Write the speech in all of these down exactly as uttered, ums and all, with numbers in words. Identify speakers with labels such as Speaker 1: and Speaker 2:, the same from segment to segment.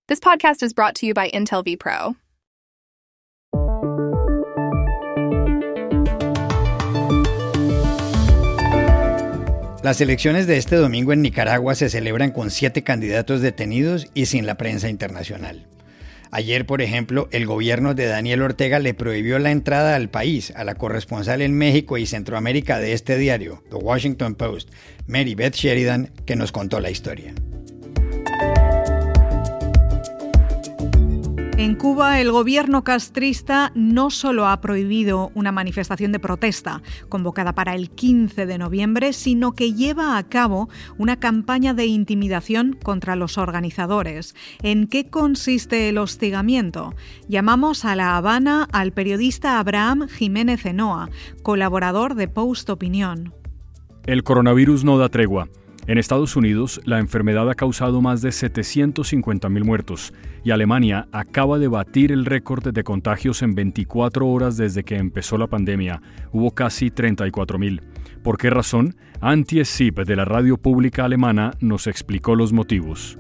Speaker 1: This podcast is brought to you by Intel vPro.
Speaker 2: Las elecciones de este domingo en Nicaragua se celebran con siete candidatos detenidos y sin la prensa internacional. Ayer, por ejemplo, el gobierno de Daniel Ortega le prohibió la entrada al país a la corresponsal en México y Centroamérica de este diario, The Washington Post, Mary Beth Sheridan, que nos contó la historia.
Speaker 3: En Cuba, el gobierno castrista no solo ha prohibido una manifestación de protesta convocada para el quince de noviembre, sino que lleva a cabo una campaña de intimidación contra los organizadores. ¿En qué consiste el hostigamiento? Llamamos a La Habana al periodista Abraham Jiménez Enoa, colaborador de Post Opinión.
Speaker 4: El coronavirus no da tregua. En Estados Unidos, la enfermedad ha causado más de setecientos cincuenta mil muertos y Alemania acaba de batir el récord de contagios en veinticuatro horas desde que empezó la pandemia. Hubo casi treinta y cuatro mil. ¿Por qué razón? Antje Sip, de la radio pública alemana, nos explicó los motivos.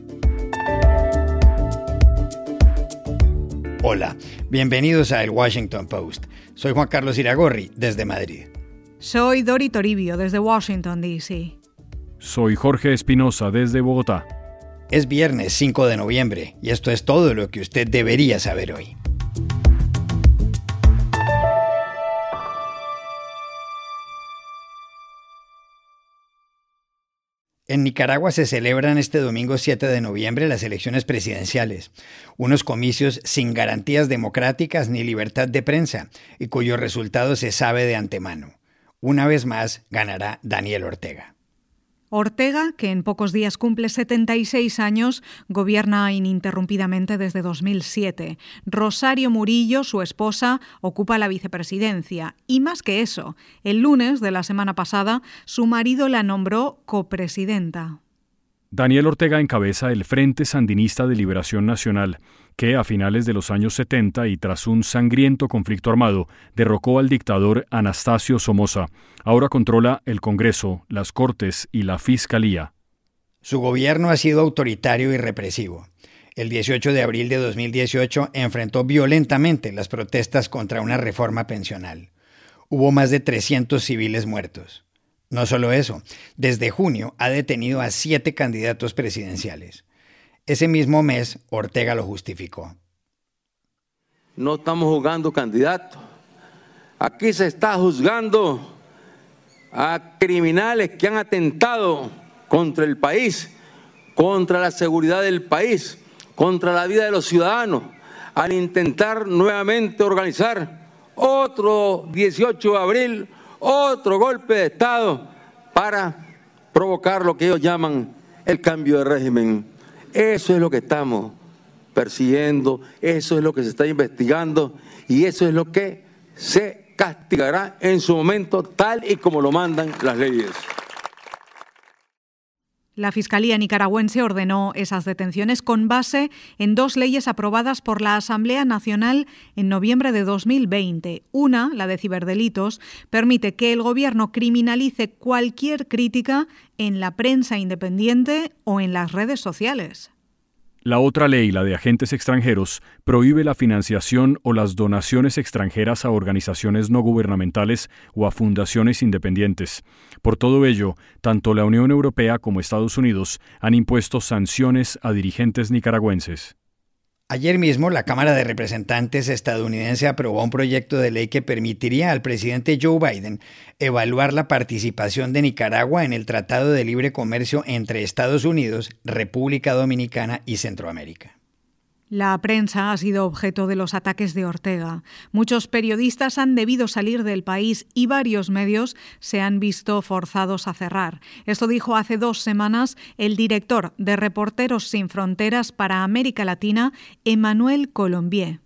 Speaker 2: Hola, bienvenidos a El Washington Post. Soy Juan Carlos Iragorri, desde Madrid.
Speaker 3: Soy Dori Toribio, desde Washington, D C
Speaker 4: Soy Jorge Espinosa, desde Bogotá.
Speaker 2: Es viernes cinco de noviembre y esto es todo lo que usted debería saber hoy. En Nicaragua se celebran este domingo siete de noviembre las elecciones presidenciales, unos comicios sin garantías democráticas ni libertad de prensa y cuyo resultado se sabe de antemano. Una vez más ganará Daniel Ortega.
Speaker 3: Ortega, que en pocos días cumple setenta y seis años, gobierna ininterrumpidamente desde dos mil siete. Rosario Murillo, su esposa, ocupa la vicepresidencia. Y más que eso, el lunes de la semana pasada, su marido la nombró copresidenta.
Speaker 4: Daniel Ortega encabeza el Frente Sandinista de Liberación Nacional, que a finales de los años setenta y tras un sangriento conflicto armado, derrocó al dictador Anastasio Somoza. Ahora controla el Congreso, las Cortes y la Fiscalía.
Speaker 2: Su gobierno ha sido autoritario y represivo. El dieciocho de abril de dos mil dieciocho enfrentó violentamente las protestas contra una reforma pensional. Hubo más de trescientos civiles muertos. No solo eso, desde junio ha detenido a siete candidatos presidenciales. Ese mismo mes, Ortega lo justificó.
Speaker 5: No estamos juzgando candidatos. Aquí se está juzgando a criminales que han atentado contra el país, contra la seguridad del país, contra la vida de los ciudadanos, al intentar nuevamente organizar otro dieciocho de abril, otro golpe de Estado para provocar lo que ellos llaman el cambio de régimen. Eso es lo que estamos persiguiendo, eso es lo que se está investigando y eso es lo que se castigará en su momento tal y como lo mandan las leyes.
Speaker 3: La Fiscalía nicaragüense ordenó esas detenciones con base en dos leyes aprobadas por la Asamblea Nacional en noviembre de dos mil veinte. Una, la de ciberdelitos, permite que el gobierno criminalice cualquier crítica en la prensa independiente o en las redes sociales.
Speaker 4: La otra ley, la de agentes extranjeros, prohíbe la financiación o las donaciones extranjeras a organizaciones no gubernamentales o a fundaciones independientes. Por todo ello, tanto la Unión Europea como Estados Unidos han impuesto sanciones a dirigentes nicaragüenses.
Speaker 2: Ayer mismo, la Cámara de Representantes estadounidense aprobó un proyecto de ley que permitiría al presidente Joe Biden evaluar la participación de Nicaragua en el Tratado de Libre Comercio entre Estados Unidos, República Dominicana y Centroamérica.
Speaker 3: La prensa ha sido objeto de los ataques de Ortega. Muchos periodistas han debido salir del país y varios medios se han visto forzados a cerrar. Esto dijo hace dos semanas el director de Reporteros Sin Fronteras para América Latina, Emmanuel Colombier.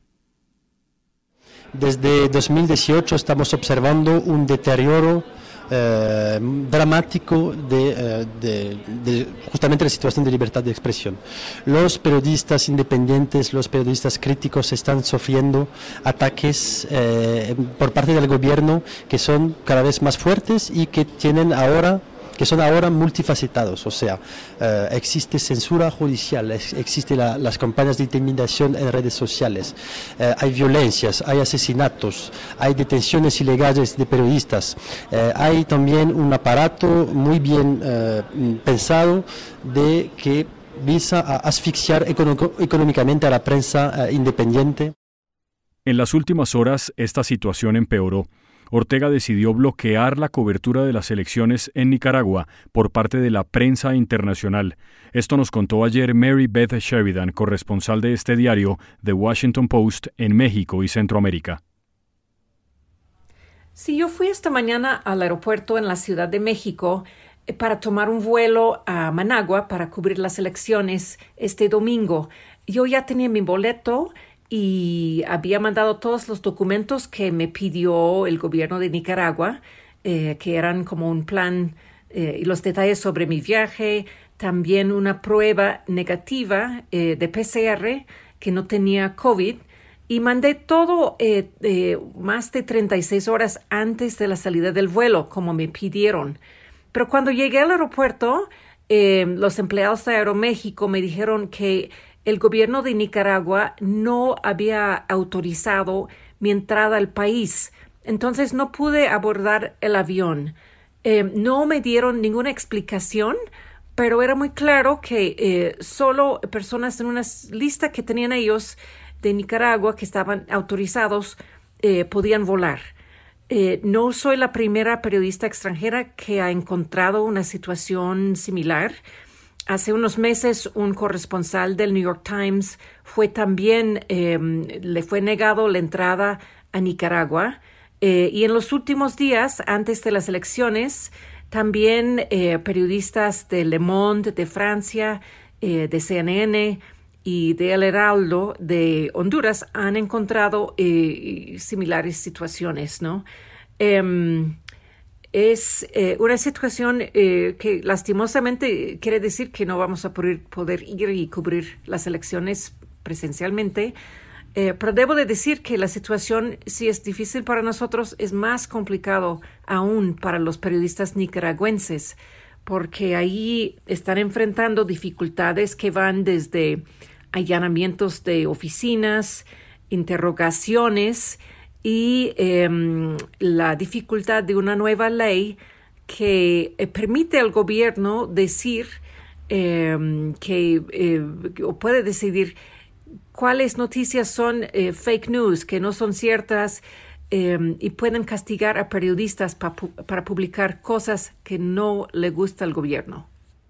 Speaker 6: Desde dos mil dieciocho estamos observando un deterioro Eh, dramático de, eh, de, de justamente la situación de libertad de expresión. Los periodistas independientes, los periodistas críticos están sufriendo ataques eh, por parte del gobierno que son cada vez más fuertes y que tienen ahora, que que son ahora multifacetados, o sea, eh, existe censura judicial, ex, existe la, las campañas de intimidación en redes sociales, eh, hay violencias, hay asesinatos, hay detenciones ilegales de periodistas, eh, hay también un aparato muy bien eh, pensado de que visa a asfixiar económicamente a la prensa eh, independiente.
Speaker 4: En las últimas horas, esta situación empeoró. Ortega decidió bloquear la cobertura de las elecciones en Nicaragua por parte de la prensa internacional. Esto nos contó ayer Mary Beth Sheridan, corresponsal de este diario, The Washington Post, en México y Centroamérica.
Speaker 7: Sí, yo fui esta mañana al aeropuerto en la Ciudad de México eh, para tomar un vuelo a Managua para cubrir las elecciones este domingo. Yo ya tenía mi boleto y había mandado todos los documentos que me pidió el gobierno de Nicaragua, eh, que eran como un plan eh, y los detalles sobre mi viaje, también una prueba negativa eh, de P C R que no tenía COVID, y mandé todo eh, eh, más de treinta y seis horas antes de la salida del vuelo, como me pidieron. Pero cuando llegué al aeropuerto, eh, los empleados de Aeroméxico me dijeron que el gobierno de Nicaragua no había autorizado mi entrada al país, entonces no pude abordar el avión. Eh, no me dieron ninguna explicación, pero era muy claro que eh, solo personas en una lista que tenían ellos de Nicaragua que estaban autorizados eh, podían volar. Eh, no soy la primera periodista extranjera que ha encontrado una situación similar. Hace unos meses, un corresponsal del New York Times fue también, eh, le fue negado la entrada a Nicaragua. Eh, y en los últimos días, antes de las elecciones, también eh, periodistas de Le Monde, de Francia, eh, de C N N y de El Heraldo de Honduras han encontrado eh, similares situaciones, ¿no? Eh, Es eh, una situación eh, que lastimosamente quiere decir que no vamos a poder, poder ir y cubrir las elecciones presencialmente, eh, pero debo de decir que la situación, si es difícil para nosotros, es más complicado aún para los periodistas nicaragüenses, porque ahí están enfrentando dificultades que van desde allanamientos de oficinas, interrogaciones y eh, la dificultad de una nueva ley que eh, permite al gobierno decir eh, que eh, o puede decidir cuáles noticias son eh, fake news, que no son ciertas, eh, y pueden castigar a periodistas pa pu para publicar cosas que no le gusta al gobierno.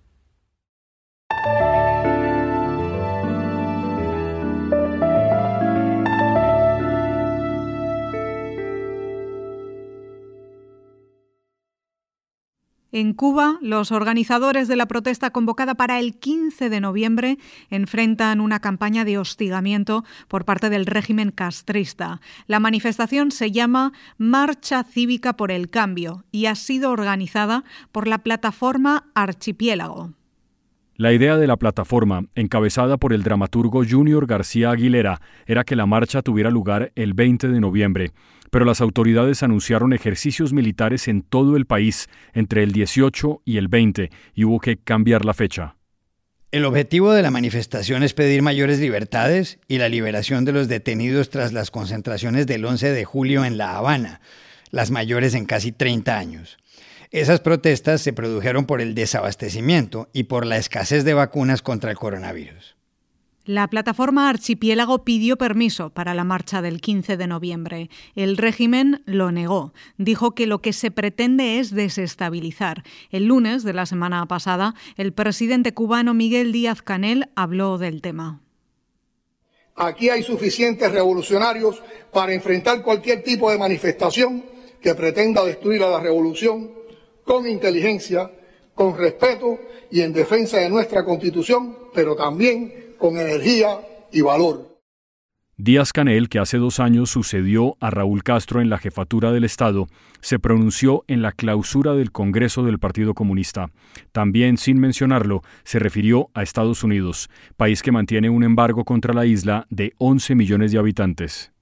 Speaker 3: En Cuba, los organizadores de la protesta convocada para el quince de noviembre enfrentan una campaña de hostigamiento por parte del régimen castrista. La manifestación se llama Marcha Cívica por el Cambio y ha sido organizada por la plataforma Archipiélago.
Speaker 4: La idea de la plataforma, encabezada por el dramaturgo Junior García Aguilera, era que la marcha tuviera lugar el veinte de noviembre, pero las autoridades anunciaron ejercicios militares en todo el país entre el dieciocho y el veinte y hubo que cambiar la fecha.
Speaker 2: El objetivo de la manifestación es pedir mayores libertades y la liberación de los detenidos tras las concentraciones del once de julio en La Habana, las mayores en casi treinta años. Esas protestas se produjeron por el desabastecimiento y por la escasez de vacunas contra el coronavirus.
Speaker 3: La plataforma Archipiélago pidió permiso para la marcha del quince de noviembre. El régimen lo negó. Dijo que lo que se pretende es desestabilizar. El lunes de la semana pasada, el presidente cubano Miguel Díaz-Canel habló del tema.
Speaker 8: Aquí hay suficientes revolucionarios para enfrentar cualquier tipo de manifestación que pretenda destruir a la revolución con inteligencia, con respeto y en defensa de nuestra Constitución, pero también con energía y valor.
Speaker 4: Díaz-Canel, que hace dos años sucedió a Raúl Castro en la jefatura del Estado, se pronunció en la clausura del Congreso del Partido Comunista. También, sin mencionarlo, se refirió a Estados Unidos, país que mantiene un embargo contra la isla de once millones de habitantes.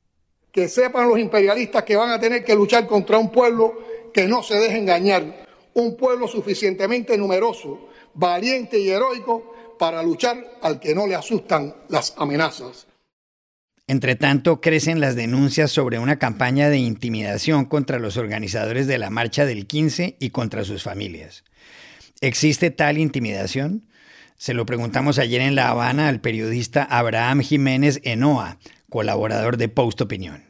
Speaker 8: Que sepan los imperialistas que van a tener que luchar contra un pueblo que no se deje engañar, un pueblo suficientemente numeroso, valiente y heroico para luchar al que no le asustan las amenazas.
Speaker 2: Entre tanto, crecen las denuncias sobre una campaña de intimidación contra los organizadores de la marcha del quince y contra sus familias. ¿Existe tal intimidación? Se lo preguntamos ayer en La Habana al periodista Abraham Jiménez Enoa, colaborador de Post Opinión.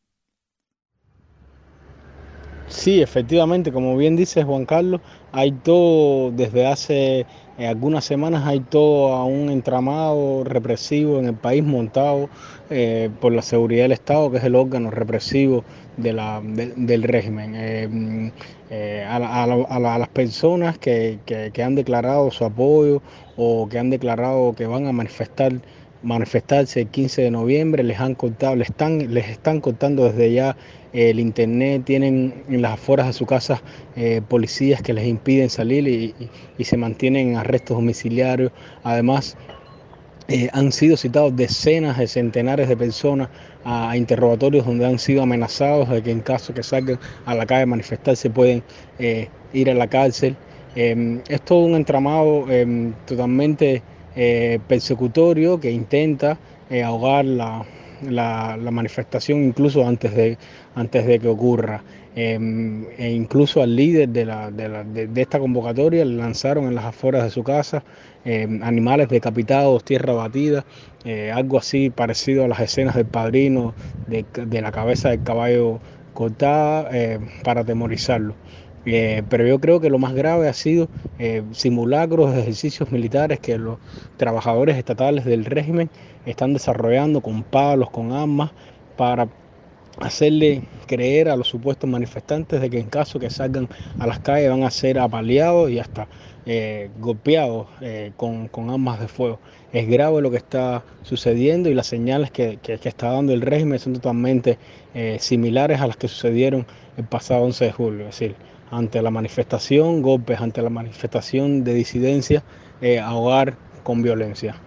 Speaker 9: Sí, efectivamente, como bien dices, Juan Carlos, hay todo, desde hace eh, algunas semanas hay todo un entramado represivo en el país montado eh, por la seguridad del Estado, que es el órgano represivo de la, de, del régimen. Eh, eh, a, la, a, la, a, la, a las personas que, que, que han declarado su apoyo o que han declarado que van a manifestar manifestarse el quince de noviembre, les han cortado, les están, les están cortando desde ya el internet, tienen en las afueras de su casa eh, policías que les impiden salir y, y, y se mantienen en arrestos domiciliarios. Además, eh, han sido citados decenas de centenares de personas a, a interrogatorios donde han sido amenazados de que en caso que salgan a la calle a manifestarse pueden eh, ir a la cárcel. Eh, es todo un entramado eh, totalmente Eh, persecutorio que intenta eh, ahogar la, la, la manifestación incluso antes de, antes de que ocurra. Eh, e incluso al líder de, la, de, la, de, de esta convocatoria le lanzaron en las afueras de su casa eh, animales decapitados, tierra batida, eh, algo así parecido a las escenas del Padrino, de, de la cabeza del caballo cortada, eh, para atemorizarlo. Eh, pero yo creo que lo más grave ha sido eh, simulacros de ejercicios militares que los trabajadores estatales del régimen están desarrollando con palos, con armas, para hacerle creer a los supuestos manifestantes de que en caso que salgan a las calles van a ser apaleados y hasta eh, golpeados eh, con, con armas de fuego. Es grave lo que está sucediendo y las señales que, que, que está dando el régimen son totalmente eh, similares a las que sucedieron el pasado once de julio, es decir, ante la manifestación, golpes, ante la manifestación de disidencia, eh, ahogar con violencia.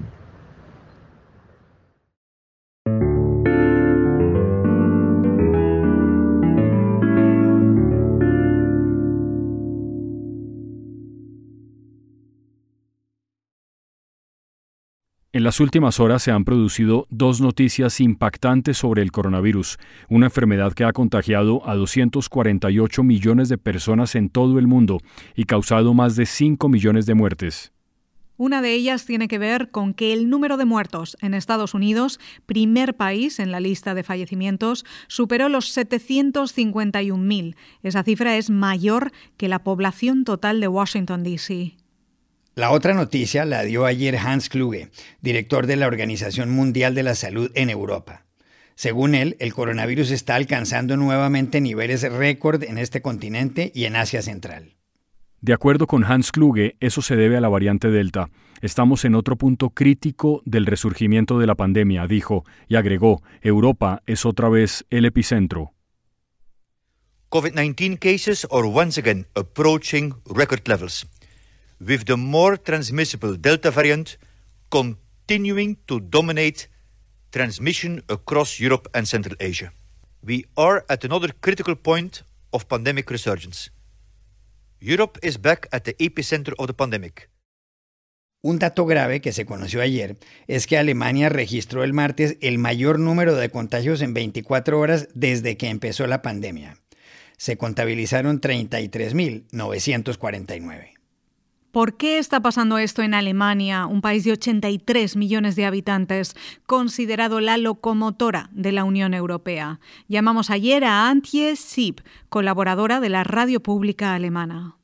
Speaker 4: En las últimas horas se han producido dos noticias impactantes sobre el coronavirus, una enfermedad que ha contagiado a doscientos cuarenta y ocho millones de personas en todo el mundo y causado más de cinco millones de muertes.
Speaker 3: Una de ellas tiene que ver con que el número de muertos en Estados Unidos, primer país en la lista de fallecimientos, superó los setecientos cincuenta y un mil. Esa cifra es mayor que la población total de Washington, D C
Speaker 2: La otra noticia la dio ayer Hans Kluge, director de la Organización Mundial de la Salud en Europa. Según él, el coronavirus está alcanzando nuevamente niveles récord en este continente y en Asia Central.
Speaker 4: De acuerdo con Hans Kluge, eso se debe a la variante Delta. Estamos en otro punto crítico del resurgimiento de la pandemia, dijo, y agregó, Europa es otra vez el epicentro.
Speaker 10: COVID nineteen cases are once again approaching record levels, with the more transmissible Delta variant continuing to dominate transmission across Europe and Central Asia. We are at another critical point of pandemic resurgence. Europe is back at the epicenter of the pandemic.
Speaker 2: Un dato grave que se conoció ayer es que Alemania registró el martes el mayor número de contagios en veinticuatro horas desde que empezó la pandemia. Se contabilizaron treinta y tres mil novecientos cuarenta y nueve.
Speaker 3: ¿Por qué está pasando esto en Alemania, un país de ochenta y tres millones de habitantes, considerado la locomotora de la Unión Europea? Llamamos ayer a Antje Sieb, colaboradora de la radio pública alemana.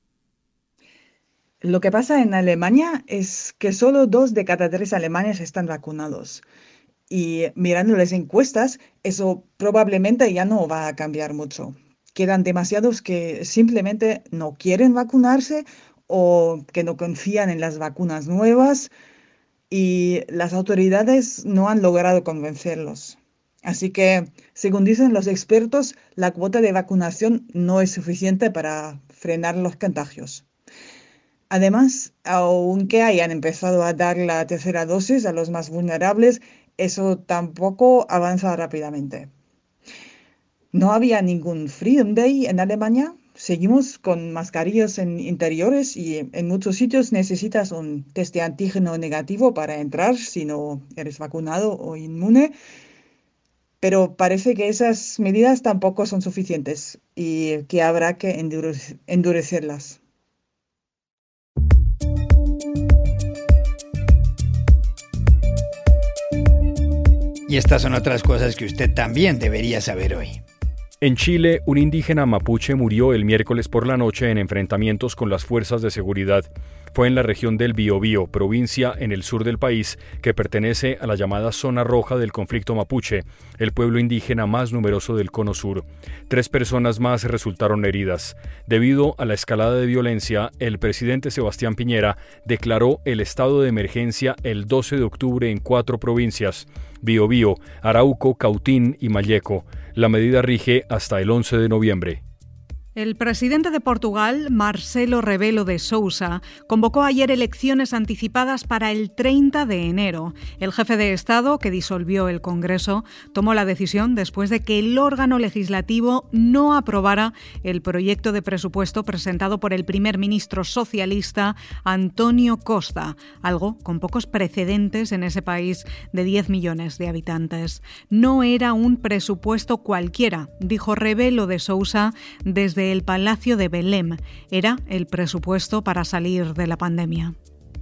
Speaker 11: Lo que pasa en Alemania es que solo dos de cada tres alemanes están vacunados. Y mirando las encuestas, eso probablemente ya no va a cambiar mucho. Quedan demasiados que simplemente no quieren vacunarse o que no confían en las vacunas nuevas y las autoridades no han logrado convencerlos. Así que, según dicen los expertos, la cuota de vacunación no es suficiente para frenar los contagios. Además, aunque hayan empezado a dar la tercera dosis a los más vulnerables, eso tampoco avanza rápidamente. No había ningún Freedom Day en Alemania, seguimos con mascarillas en interiores y en muchos sitios necesitas un test de antígeno negativo para entrar si no eres vacunado o inmune. Pero parece que esas medidas tampoco son suficientes y que habrá que endurece- endurecerlas.
Speaker 2: Y estas son otras cosas que usted también debería saber hoy.
Speaker 4: En Chile, un indígena mapuche murió el miércoles por la noche en enfrentamientos con las fuerzas de seguridad. Fue en la región del Biobío, provincia en el sur del país, que pertenece a la llamada Zona Roja del conflicto mapuche, el pueblo indígena más numeroso del Cono Sur. Tres personas más resultaron heridas. Debido a la escalada de violencia, el presidente Sebastián Piñera declaró el estado de emergencia el doce de octubre en cuatro provincias: Biobío, Arauco, Cautín y Malleco. La medida rige hasta el once de noviembre.
Speaker 3: El presidente de Portugal, Marcelo Rebelo de Sousa, convocó ayer elecciones anticipadas para el treinta de enero. El jefe de Estado, que disolvió el Congreso, tomó la decisión después de que el órgano legislativo no aprobara el proyecto de presupuesto presentado por el primer ministro socialista Antonio Costa, algo con pocos precedentes en ese país de diez millones de habitantes. No era un presupuesto cualquiera, dijo Rebelo de Sousa desde el Palacio de Belém. Era el presupuesto para salir de la pandemia.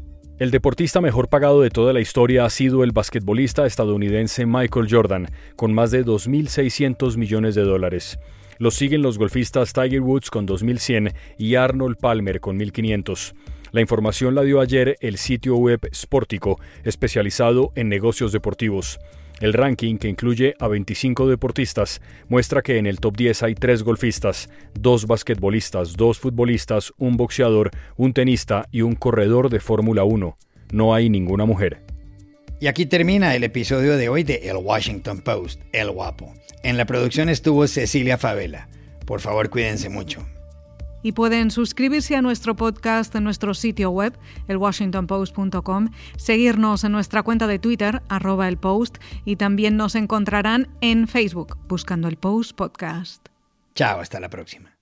Speaker 4: El deportista mejor pagado de toda la historia ha sido el basquetbolista estadounidense Michael Jordan, con más de dos mil seiscientos millones de dólares. Lo siguen los golfistas Tiger Woods con dos mil cien y Arnold Palmer con mil quinientos. La información la dio ayer el sitio web Sportico, especializado en negocios deportivos. El ranking, que incluye a veinticinco deportistas, muestra que en el top diez hay tres golfistas, dos basquetbolistas, dos futbolistas, un boxeador, un tenista y un corredor de Fórmula uno. No hay ninguna mujer.
Speaker 2: Y aquí termina el episodio de hoy de El Washington Post, El Guapo. En la producción estuvo Cecilia Favela. Por favor, cuídense mucho.
Speaker 3: Y pueden suscribirse a nuestro podcast en nuestro sitio web, el washington post punto com, seguirnos en nuestra cuenta de Twitter, arroba el Post, y también nos encontrarán en Facebook, buscando el Post Podcast.
Speaker 2: Chao, hasta la próxima.